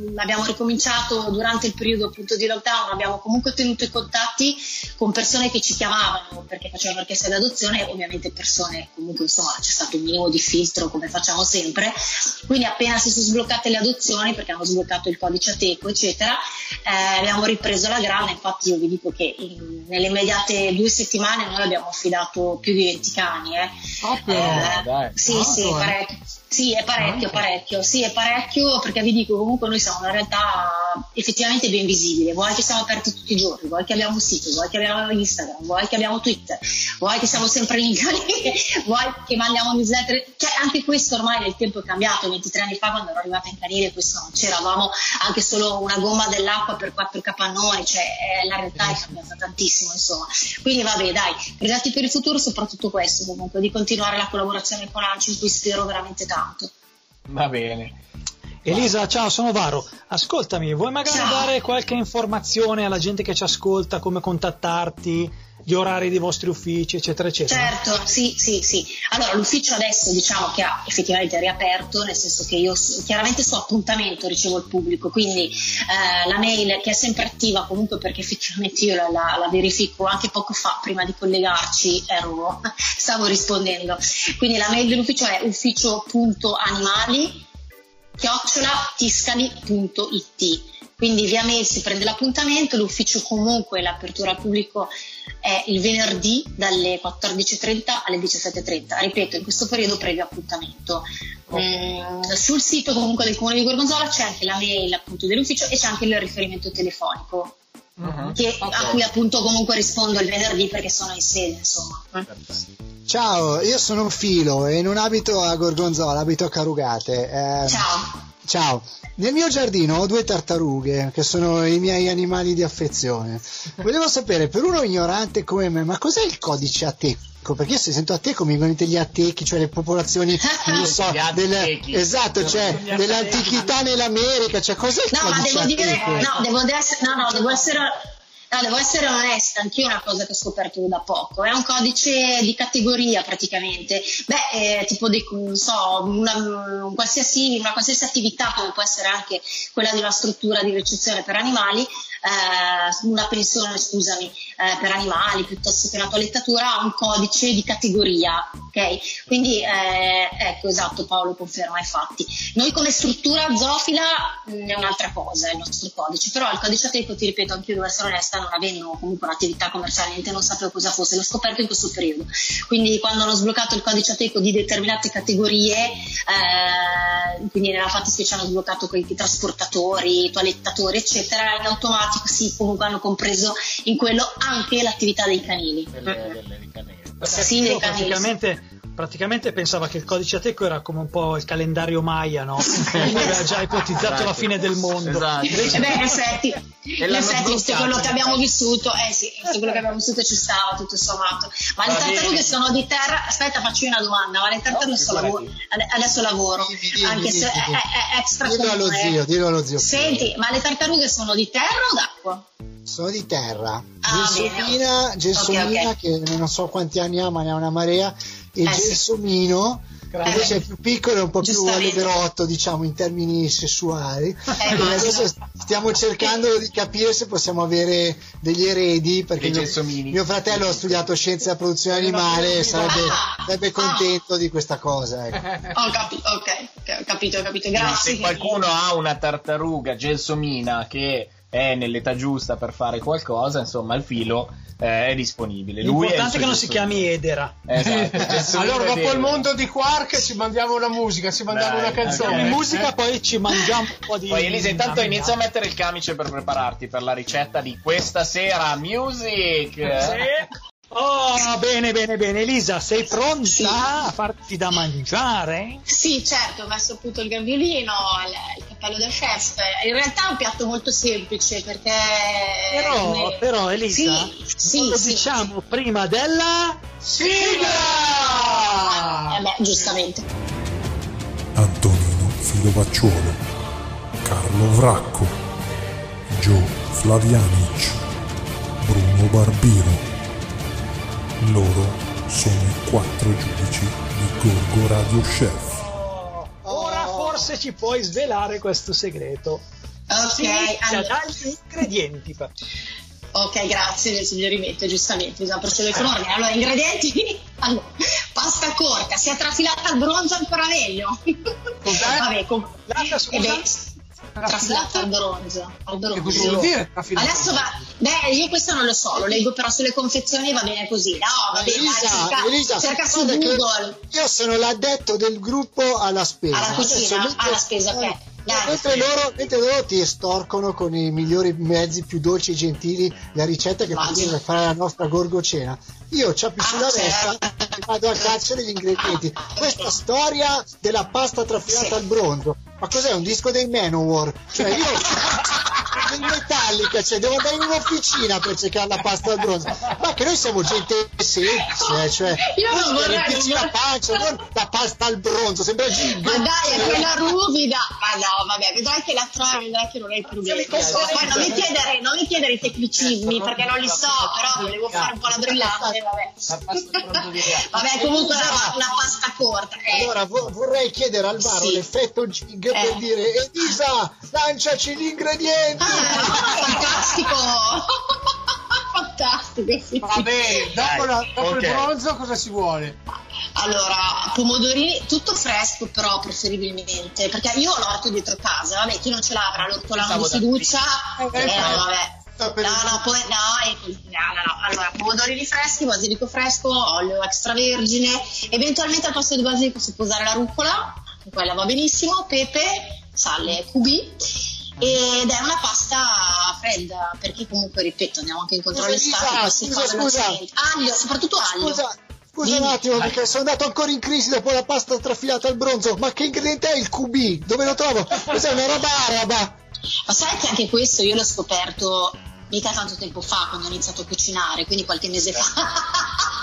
abbiamo ricominciato durante il periodo appunto di lockdown, abbiamo comunque tenuto i contatti con persone che ci chiamavano perché facevano richiesta di adozione, ovviamente persone comunque insomma c'è stato un minimo di filtro come facciamo sempre, quindi appena si sono sbloccate le adozioni perché hanno sbloccato il codice Ateco eccetera, eh, abbiamo ripreso la grana. Infatti io vi dico che in, nelle immediate due settimane noi abbiamo affidato più di venti cani eh. Oh, però, eh, dai. sì Oh, sì eh. parecchio. Sì, è parecchio, parecchio, sì, è parecchio perché vi dico comunque noi siamo una realtà effettivamente ben visibile, vuoi che siamo aperti tutti i giorni, vuoi che abbiamo un sito, vuoi che abbiamo Instagram, vuoi che abbiamo Twitter, vuoi che siamo sempre in canile, vuoi che mandiamo newsletter, cioè anche questo ormai nel tempo è cambiato. Ventitré anni fa quando ero arrivata in canile questo non c'era, avevamo anche solo una gomma dell'acqua per quattro capannoni, cioè eh, la realtà è cambiata tantissimo insomma, quindi vabbè dai, progetti per il futuro soprattutto questo comunque, di continuare la collaborazione con Anci in cui spero veramente tanto. Va bene. Elisa, ciao, sono Varo. Ascoltami, vuoi magari Ciao. dare qualche informazione alla gente che ci ascolta, come contattarti, gli orari dei vostri uffici, eccetera, eccetera? Certo, sì, sì, sì. Allora, l'ufficio adesso diciamo che ha effettivamente riaperto, nel senso che io chiaramente sto appuntamento, ricevo il pubblico, quindi eh, la mail che è sempre attiva comunque perché effettivamente io la, la, la verifico anche poco fa, prima di collegarci ero, stavo rispondendo. Quindi la mail dell'ufficio è ufficio.animali chiocciola tiscali punto it. Quindi via mail si prende l'appuntamento, l'ufficio comunque l'apertura al pubblico è il venerdì dalle quattordici e trenta alle diciassette e trenta, ripeto in questo periodo previo appuntamento. Mm, sul sito comunque del comune di Gorgonzola c'è anche la mail appunto dell'ufficio e c'è anche il riferimento telefonico uh-huh. che, okay. a cui appunto comunque rispondo il venerdì perché sono in sede insomma. Ciao, io sono un Filo e non abito a Gorgonzola, abito a Carugate. Eh, ciao. Ciao, nel mio giardino ho due tartarughe che sono i miei animali di affezione. Volevo sapere, per uno ignorante come me, ma cos'è il codice Ateco? Perché io se sento Ateco mi vengono gli Atechi, cioè le popolazioni, non lo so, del, esatto, cioè dell'antichità nell'America, cioè cos'è il no, codice ma devo Ateco? Dire, no, devo essere, no, no, devo essere... No, devo essere onesta, anch'io è una cosa che ho scoperto da poco, è un codice di categoria praticamente, beh, eh, tipo di, non so, una, un qualsiasi, una qualsiasi attività come può essere anche quella di una struttura di ricezione per animali, eh, una pensione, scusami, eh, per animali, piuttosto che una toilettatura, ha un codice di categoria, ok? Quindi, eh, ecco, esatto, Paolo conferma, infatti. Noi come struttura zoofila mh, è un'altra cosa, è il nostro codice, però il codice Ateco, ti ripeto, anch'io devo essere onesta, non avendo comunque un'attività commerciale, non sapevo cosa fosse, l'ho scoperto in questo periodo, quindi quando hanno sbloccato il codice Ateco di determinate categorie, eh, quindi nella fattispecie hanno sbloccato quei trasportatori, toilettatori eccetera, in automatico sì, comunque hanno compreso in quello anche l'attività dei canili. Delle, delle, dei canili. Sì, dei canili. Praticamente, praticamente pensava che il codice Ateco era come un po' il calendario Maya, no? Quindi aveva già ipotizzato esatto. la fine del mondo. Esatto. Eh beh, in effetti, in effetti visto quello che abbiamo vissuto, eh sì, visto quello che abbiamo vissuto ci stava tutto sommato. Ma le tartarughe sono di terra, aspetta, faccio una domanda, ma le tartarughe no, sono lavoro, adesso lavoro, sì, anche sì, se sì, è, è, è extra dillo allo zio, dillo allo zio. Senti, ma le tartarughe sono di terra o d'acqua? Sono di terra. Ah, Gelsomina, Gelsomina okay, okay. che non so quanti anni ha, ma ne ha una marea, e eh, Gelsomino sì. invece è più piccolo e un po' più alleverotto, diciamo, in termini sessuali. Eh, e adesso stiamo cercando di capire se possiamo avere degli eredi, perché mio, mio fratello ha studiato scienze della produzione animale e sarebbe, ah, sarebbe contento ah. di questa cosa. Ecco. Ho capito, ok, ho capito, ho capito, grazie. Se qualcuno ha una tartaruga Gelsomina che è nell'età giusta per fare qualcosa, insomma il Filo eh, è disponibile. Lui l'importante è che non si chiami Edera. Esatto. Allora dopo il mondo di Quark ci mandiamo una musica, ci mandiamo Dai, una canzone. Okay. Musica, poi ci mangiamo un po' di... Poi Elisa, intanto inizia a mettere il camice per prepararti per la ricetta di questa sera. Music! Sì. Oh, bene, bene, bene. Elisa, sei pronta sì. a farti da mangiare? Sì, certo, ho messo appunto il gaviolino, il, il cappello da chef. In realtà è un piatto molto semplice perché... Però, me... però Elisa, sì, sì, lo sì, diciamo sì. prima della... sigla! Eh beh, giustamente. Antonino Filovacciuolo, Carlo Vracco, Gio Flavianic, Bruno Barbiro. Loro sono i quattro giudici di Gorgo Radio Chef. Oh, ora forse ci puoi svelare questo segreto. Ok, si inizia allora. dagli ingredienti. Ok, grazie del suggerimento, giustamente, bisogna procedere con ordine. Allora, ingredienti, allora, pasta corta, sia trafilata al bronzo ancora meglio. Vabbè, com- eh beh, trafilata al bronzo, al bronzo. Che cosa vuol dire trafilata? Adesso va, beh, io questo non lo so, lo leggo però sulle confezioni, va bene così. No, va bene, Elisa, dai, cerca, Elisa, cerca su guarda che Google. Io sono l'addetto del gruppo alla spesa. Alla cucina, Adesso, alla spesa, ok. Dai. Mentre loro, mentre loro ti estorcono con i migliori mezzi più dolci e gentili la ricetta che Immagino. per fare la nostra gorgocena, io ciappi sulla Ah, destra certo. e vado a caccia degli ingredienti. Questa storia della pasta trafilata Sì. al bronzo, ma cos'è, un disco dei Manowar? Cioè io in Metallica, cioè devo andare in un'officina per cercare la pasta al bronzo, ma che noi siamo gente semplice, cioè Io non vorrei- riempirci la pancia, non la pasta al bronzo, sembra gig. Ma dai, è quella ruvida. Ma no, vabbè, vedrai che la trovi, vedrai che non è il problema. Poi non mi chiedere, non mi chiedere i tecnicismi, perché non li so, però volevo fare un po' la brillante, vabbè. Vabbè, comunque la, la pasta corta. Eh. Allora vo- vorrei chiedere al Varo Sì. l'effetto gig Eh. per dire Elisa, lanciaci gli ingredienti. Ah, fantastico! Fantastico, sì. Va bene, dopo, la, dopo ok. il bronzo cosa ci vuole? Allora, pomodorini, tutto fresco però preferibilmente, perché io ho l'orto dietro casa, vabbè, chi non ce l'ha avrà l'ortolano di Pensavo da fiducia, Eh, eh, eh, no, vabbè. per No, il- no, poi, no, eh, no, no, no. Allora, pomodorini freschi, basilico fresco, olio extravergine, eventualmente al posto di basilico si può usare la rucola, quella va benissimo, pepe, sale, cubi. Ed è una pasta fredda, perché comunque, ripeto, andiamo anche incontro Scusa, all'estate, Elisa, poi si scusa, fa scusa. velocemente. Aglio, soprattutto aglio. Scusa, scusa un Dimmi. attimo, perché sono andato ancora in crisi dopo la pasta trafilata al bronzo. Ma che ingrediente è il Q B? Dove lo trovo? Cos'è, una roba araba? Ma sai che anche questo io l'ho scoperto mica tanto tempo fa, quando ho iniziato a cucinare, quindi qualche mese fa.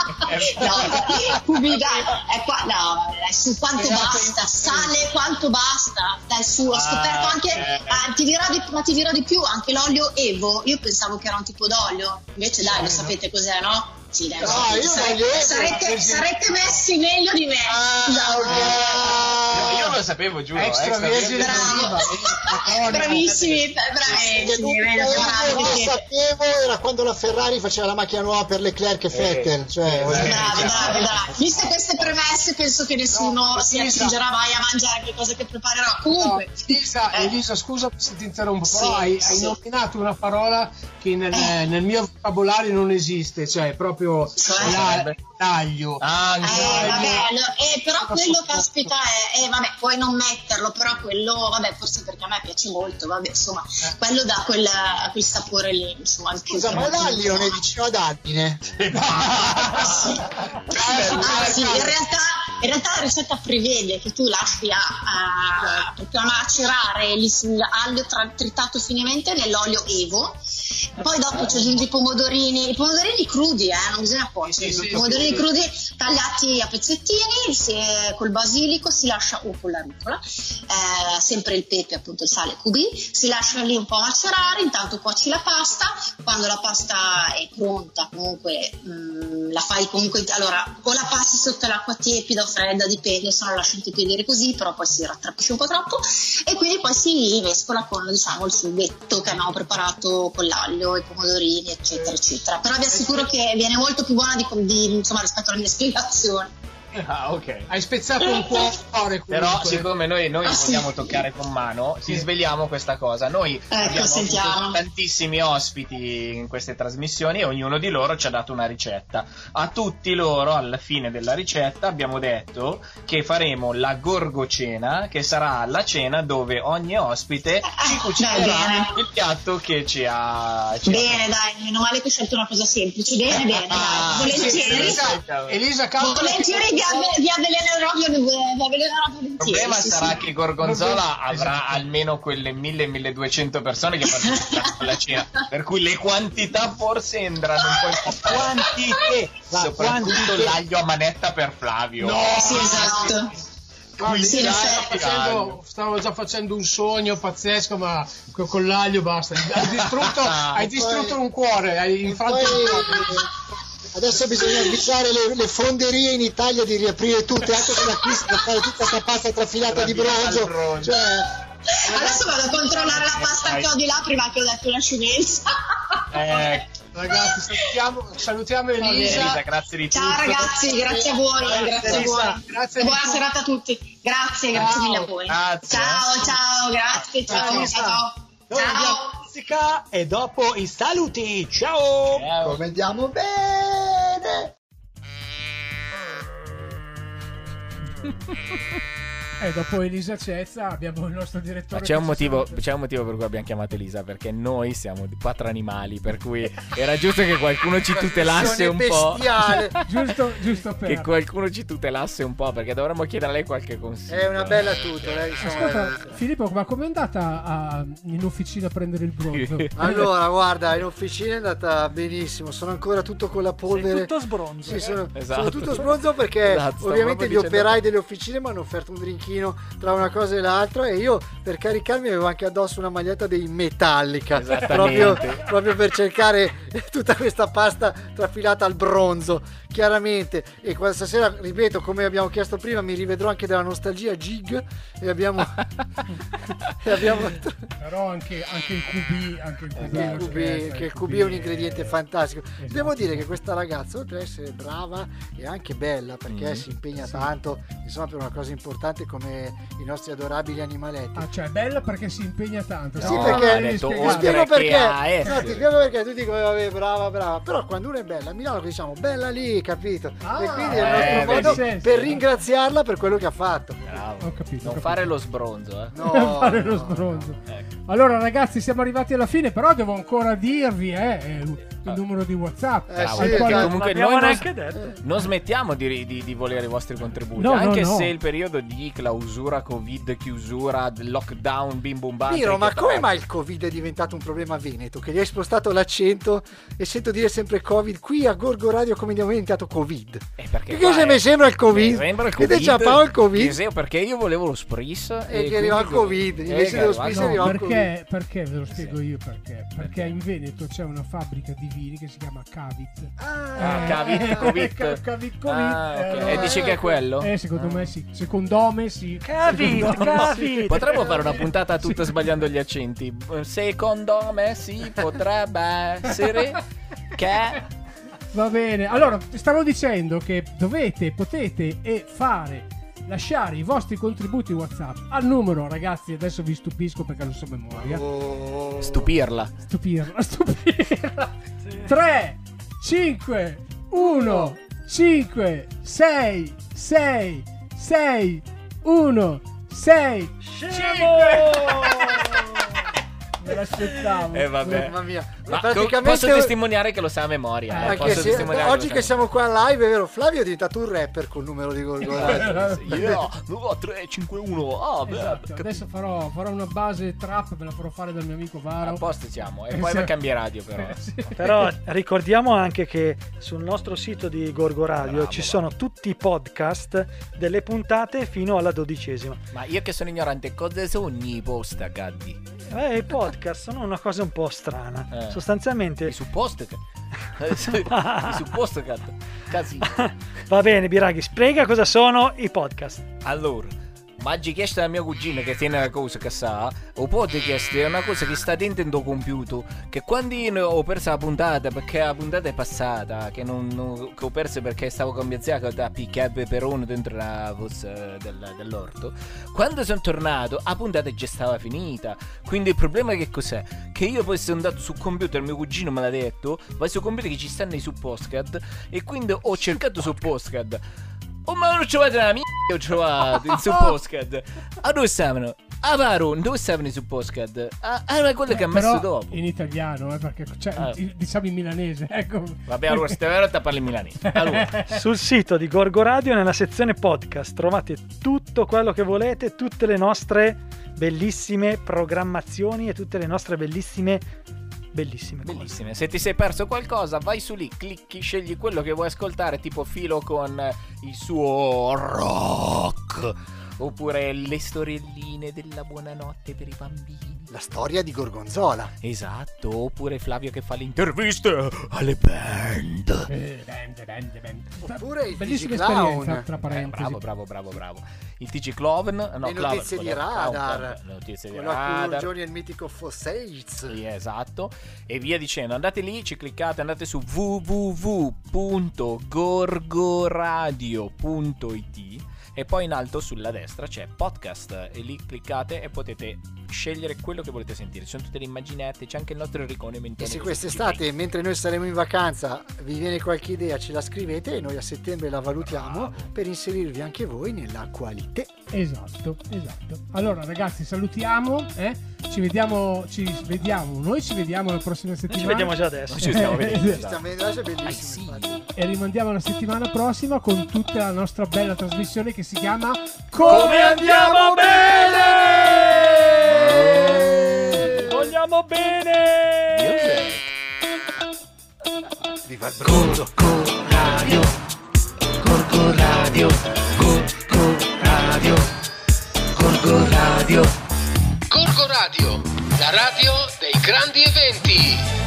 No, Cubi, dai, è qua, no, vabbè, dai, su quanto basta, sale quanto basta, dai, su, ho scoperto anche, ah, ti dirò di, ma ti dirò di più, anche l'olio Evo, io pensavo che era un tipo d'olio, invece dai, lo sapete cos'è, no? Sì, dai, lo No, sapete, io sarete, l'olio Evo, sarete, sì. sarete messi meglio di me. No, Io, io lo sapevo, giuro. Extravergine Bravo. d'oliva. Bravissimi, Che bravissimi, l'unico bravi, che bravi lo siete. sapevo era quando la Ferrari faceva la macchina nuova per Leclerc e Vettel, cioè voglio dire. Bravi, bravi, bravi. Viste queste premesse, penso che nessuno No, si Elisa. accingerà mai a mangiare che cosa che preparerò. Comunque, Elisa, eh, Elisa, scusa se ti interrompo, Sì, però hai, hai sì. nominato una parola che nel, Eh. nel mio vocabolario non esiste, cioè proprio Cioè? la- taglio. Ah, eh, no. vabbè, lo- eh, però quello caspita è, eh, vabbè, puoi non metterlo, però quello, vabbè, forse perché a me piace molto, vabbè, insomma, quello dà quel, quel sapore lì, insomma, il più Scusa, ma l'aglio non è vicino ad Addine? Ah, sì, in realtà, in realtà la ricetta prevede che tu lasci a, a, proprio a macerare l'aglio tra- tritato finemente nell'olio Evo, poi dopo ci aggiungi i pomodorini, i pomodorini crudi, eh, non bisogna cuocerli, Sì, sì, i pomodorini crudi tagliati a pezzettini, si, col basilico si lascia, o con la rucola, eh, sempre il pepe, appunto il sale cubi, si lascia lì un po' macerare, intanto cuoci la pasta, quando la pasta è pronta comunque mh, la fai comunque, allora o la passi sotto l'acqua tiepida o fredda, dipende, se no la lasci intiepidire così, però poi si rattrapisce un po' troppo e quindi poi si mescola con, diciamo, il sughetto che abbiamo preparato con l'aglio, i pomodorini, eccetera eccetera, però vi assicuro che viene molto più buona di, di, insomma, rispetto alla mia spiegazione. Ah, ok. Hai spezzato un cuore comunque. Però siccome noi, noi Ah, sì. vogliamo toccare con mano, ti sveliamo questa cosa. Noi abbiamo sentiamo. avuto tantissimi ospiti in queste trasmissioni e ognuno di loro ci ha dato una ricetta. A tutti loro, alla fine della ricetta, abbiamo detto che faremo la gorgocena, che sarà la cena dove ogni ospite ci dai, cucinerà bene. il piatto che ci ha... Ci Bene, dai, meno male che ho scelto una cosa semplice, bene, bene, dai, Ah, volentieri. Elisa, Elisa calcola che- Volentieri vi, avve- vi avvelenerò via- vi avvelenerò Il volentieri. problema sì, sarà sì. che Gorgonzola avrà Esatto. almeno quelle mille milleduecento persone che parteciperanno alla cena, per cui le quantità forse andranno un po' in Quantità, la soprattutto quantità. l'aglio a manetta per Flavio. No, Sì, esatto. Guardi, Sì, stavo, in già effetti. facendo, stavo già facendo un sogno pazzesco, ma co- con l'aglio basta. Hai distrutto, hai distrutto un cuore, hai infranto Poi, un cuore. eh, adesso bisogna avvisare le, le fonderie in Italia di riaprire tutte, anche con la crisi per fare tutta questa pasta trafilata di Trafilata al bronzo. bronzo. Cioè, Adesso vado a controllare la pasta che ho di là prima che ho detto una scemenza. Eh, ragazzi, salutiamo, salutiamo Elisa. Elisa, grazie di Ciao tutto. ragazzi, grazie a voi, Grazie, grazie a Elisa. voi. Grazie E di buona tutto. serata a tutti. Grazie, grazie Ciao. mille a voi. Grazie. Ciao, ciao, grazie, ciao, ciao. Noi andiamo Ciao. a musica e dopo i saluti. Ciao! Ciao. Come andiamo bene. E dopo Elisa Cezza abbiamo il nostro direttore. Ma c'è un, che ci motivo, saluta. c'è un motivo per cui abbiamo chiamato Elisa, perché noi siamo di quattro animali, per cui era giusto che qualcuno ci tutelasse un po'. Bestiale. giusto, giusto per. Che qualcuno ci tutelasse un po', perché dovremmo chiedere a lei qualche consiglio. È una bella tuta, lei, insomma. Ascolta, Filippo, ma com'è andata a- in officina a prendere il bronzo? Allora, guarda, in officina è andata benissimo. Sono ancora tutto con la polvere. Sei tutto sbronzo. Sì, sono, Esatto. sono tutto sbronzo perché Esatto, stavo ovviamente proprio gli dicendo- operai delle officine mi hanno offerto un drinkino tra una cosa e l'altra e io per caricarmi avevo anche addosso una maglietta dei Metallica proprio, Esattamente. proprio per cercare tutta questa pasta trafilata al bronzo chiaramente. E questa sera, ripeto, come abbiamo chiesto prima, mi rivedrò anche della nostalgia Gig e abbiamo e abbiamo Però anche, anche il Q B, anche il Q B, il non Q B, scherza, che il Q B è un ingrediente fantastico. Devo dire che questa ragazza, oltre ad essere brava, è anche bella perché Mm. si impegna tanto, insomma, per una cosa importante come i nostri adorabili animaletti. Ah, cioè è bella perché si impegna tanto. Sì, No, perché ha detto, ti oltre spiego che perché. a essere. No, ti spiego perché tu dici vabbè, brava, brava. Però quando uno è bella, a Milano che diciamo bella lì, capito? Ah, e quindi è il eh, nostro vedi. modo Senso. per ringraziarla per quello che ha fatto. Bravo. Ho capito, ho Non capito. fare lo sbronzo, eh. No, fare lo no, sbronzo. Ecco. Allora ragazzi, siamo arrivati alla fine, però devo ancora dirvi eh, eh, il numero di WhatsApp. Eh, Bravo, sì, perché dai. comunque L'abbiamo noi non, neanche detto. non smettiamo di, di- di volere i vostri contributi, No, no, anche no. se il periodo di clausura, covid, chiusura, lockdown, bim bum bam. Miro, ma che come tra- mai il Covid è diventato un problema veneto? Che gli hai spostato l'accento e sento dire sempre Covid. Qui a Gorgo Radio come abbiamo diventato Covid? Eh, perché Che qua cosa è- mi sembra il Covid? Mi sembra il Ed è Covid. già Paolo il Covid? Che se- perché io volevo lo spritz E che arriva il Covid, invece che dello arriva- spritz No, arriva il perché, perché ve lo spiego io perché. Perché Perché? in Veneto c'è una fabbrica di vini che si chiama Cavit. Ah, Eh, Cavit, Covid. Ca- Cavit, Covid. Ah, ok. Eh, E allora- dici che è quello? Eh, secondo me sì. Secondo me sì. Cavit, Secondo me sì. Cavit. Potremmo fare una puntata tutta sbagliando gli accenti. Secondo me sì, potrebbe essere che... Va bene. Allora, stavo dicendo che dovete, potete e fare lasciare i vostri contributi WhatsApp al numero, ragazzi, adesso vi stupisco perché lo so a memoria. Oh. Stupirla. Stupirla, stupirla. tre, cinque, uno, cinque, sei, sei, sei, uno, sei, me l'aspettavo. Eh vabbè. Mamma mia. Ma praticamente posso testimoniare che lo sa a memoria. eh, anche posso se- testimoniare oggi lo che sa siamo qua live, è vero, Flavio è diventato un rapper col numero di Gorgo Radio. a memoria. Io no, tre cinque uno. Ah, beh, Esatto, cap- adesso farò, farò una base trap, ve la farò fare dal mio amico a Varo. posto siamo. E Eh, poi sì. cambia radio però. Sì. Però ricordiamo anche che sul nostro sito di Gorgo Radio Bravo, ci sono tutti i podcast delle puntate fino alla dodicesima. Ma io che sono ignorante, cosa sono i posta, Gaddi? Eh, i podcast sono una cosa un po' strana. Eh. Sostanzialmente I suppost I suppost Casi. va bene, Biraghi, spiega cosa sono i podcast. Allora, Maggi chiesto a mia cugina che tiene la cosa che sa. O podcast è una cosa che sta dentro in tuo computer. Che quando io ho perso la puntata, perché la puntata è passata, che, non, non- che ho perso perché stavo con mia zia che da picchiare peperone dentro la fossa del- dell'orto. Quando sono tornato, la puntata già stava finita. Quindi il problema che cos'è? Che io poi sono andato sul computer, mio cugino me l'ha detto, vai sul computer che ci stanno i suppostcard. E quindi ho cercato su postcard. Oh, ma non ho trovato la mia, ho trovato il suppostcard. A dove stavano? A Varo, dove stavano i suppostcard? Ah, ah, quello che ha messo Però dopo. in italiano, eh, perché cioè, Ah. il- diciamo in milanese, ecco. Vabbè, allora stai vero te parli in milanese. Allora, Sul sito di Gorgo Radio, nella sezione podcast, trovate tutto quello che volete, tutte le nostre bellissime programmazioni e tutte le nostre bellissime, bellissime cose. bellissime. Se ti sei perso qualcosa, vai su lì, clicchi, scegli quello che vuoi ascoltare, tipo Filo con il suo rock. Oppure le storielline della buonanotte per i bambini. La storia di Gorgonzola. Esatto, oppure Flavio che fa le interviste alle band. Eh, band, band, band. Oppure il Bellissima Fisi Clown. esperienza, tra Eh, parentesi. bravo, bravo, bravo, bravo. il T G Cloven, no, le Cloven, notizie di Radar, le notizie di con la Radar, Giorni e il mitico Fossates, sì, esatto, e via dicendo. Andate lì, ci cliccate, andate su w w w punto gorgoradio punto i t e poi in alto sulla destra c'è podcast e lì cliccate e potete scegliere quello che volete sentire. Ci sono tutte le immaginette, c'è anche il nostro Enricone Mentone. E se quest'estate, mentre noi saremo in vacanza, vi viene qualche idea, ce la scrivete e noi a settembre la valutiamo. Bravo. Per inserirvi anche voi nella qualità. Esatto, esatto. Allora ragazzi, salutiamo, eh? ci vediamo, ci vediamo, noi ci vediamo la prossima settimana. Noi ci vediamo già adesso. Ci stiamo vedendo. Ci stiamo vedendo adesso, è bellissimo. Ah, sì. E rimandiamo la settimana prossima con tutta la nostra bella trasmissione che si chiama Come andiamo bene! Vogliamo bene! Viva il Gorgo Radio, Gorgo Radio, Gorgo Radio, Gorgo Radio, Gorgo Radio, la radio dei grandi eventi.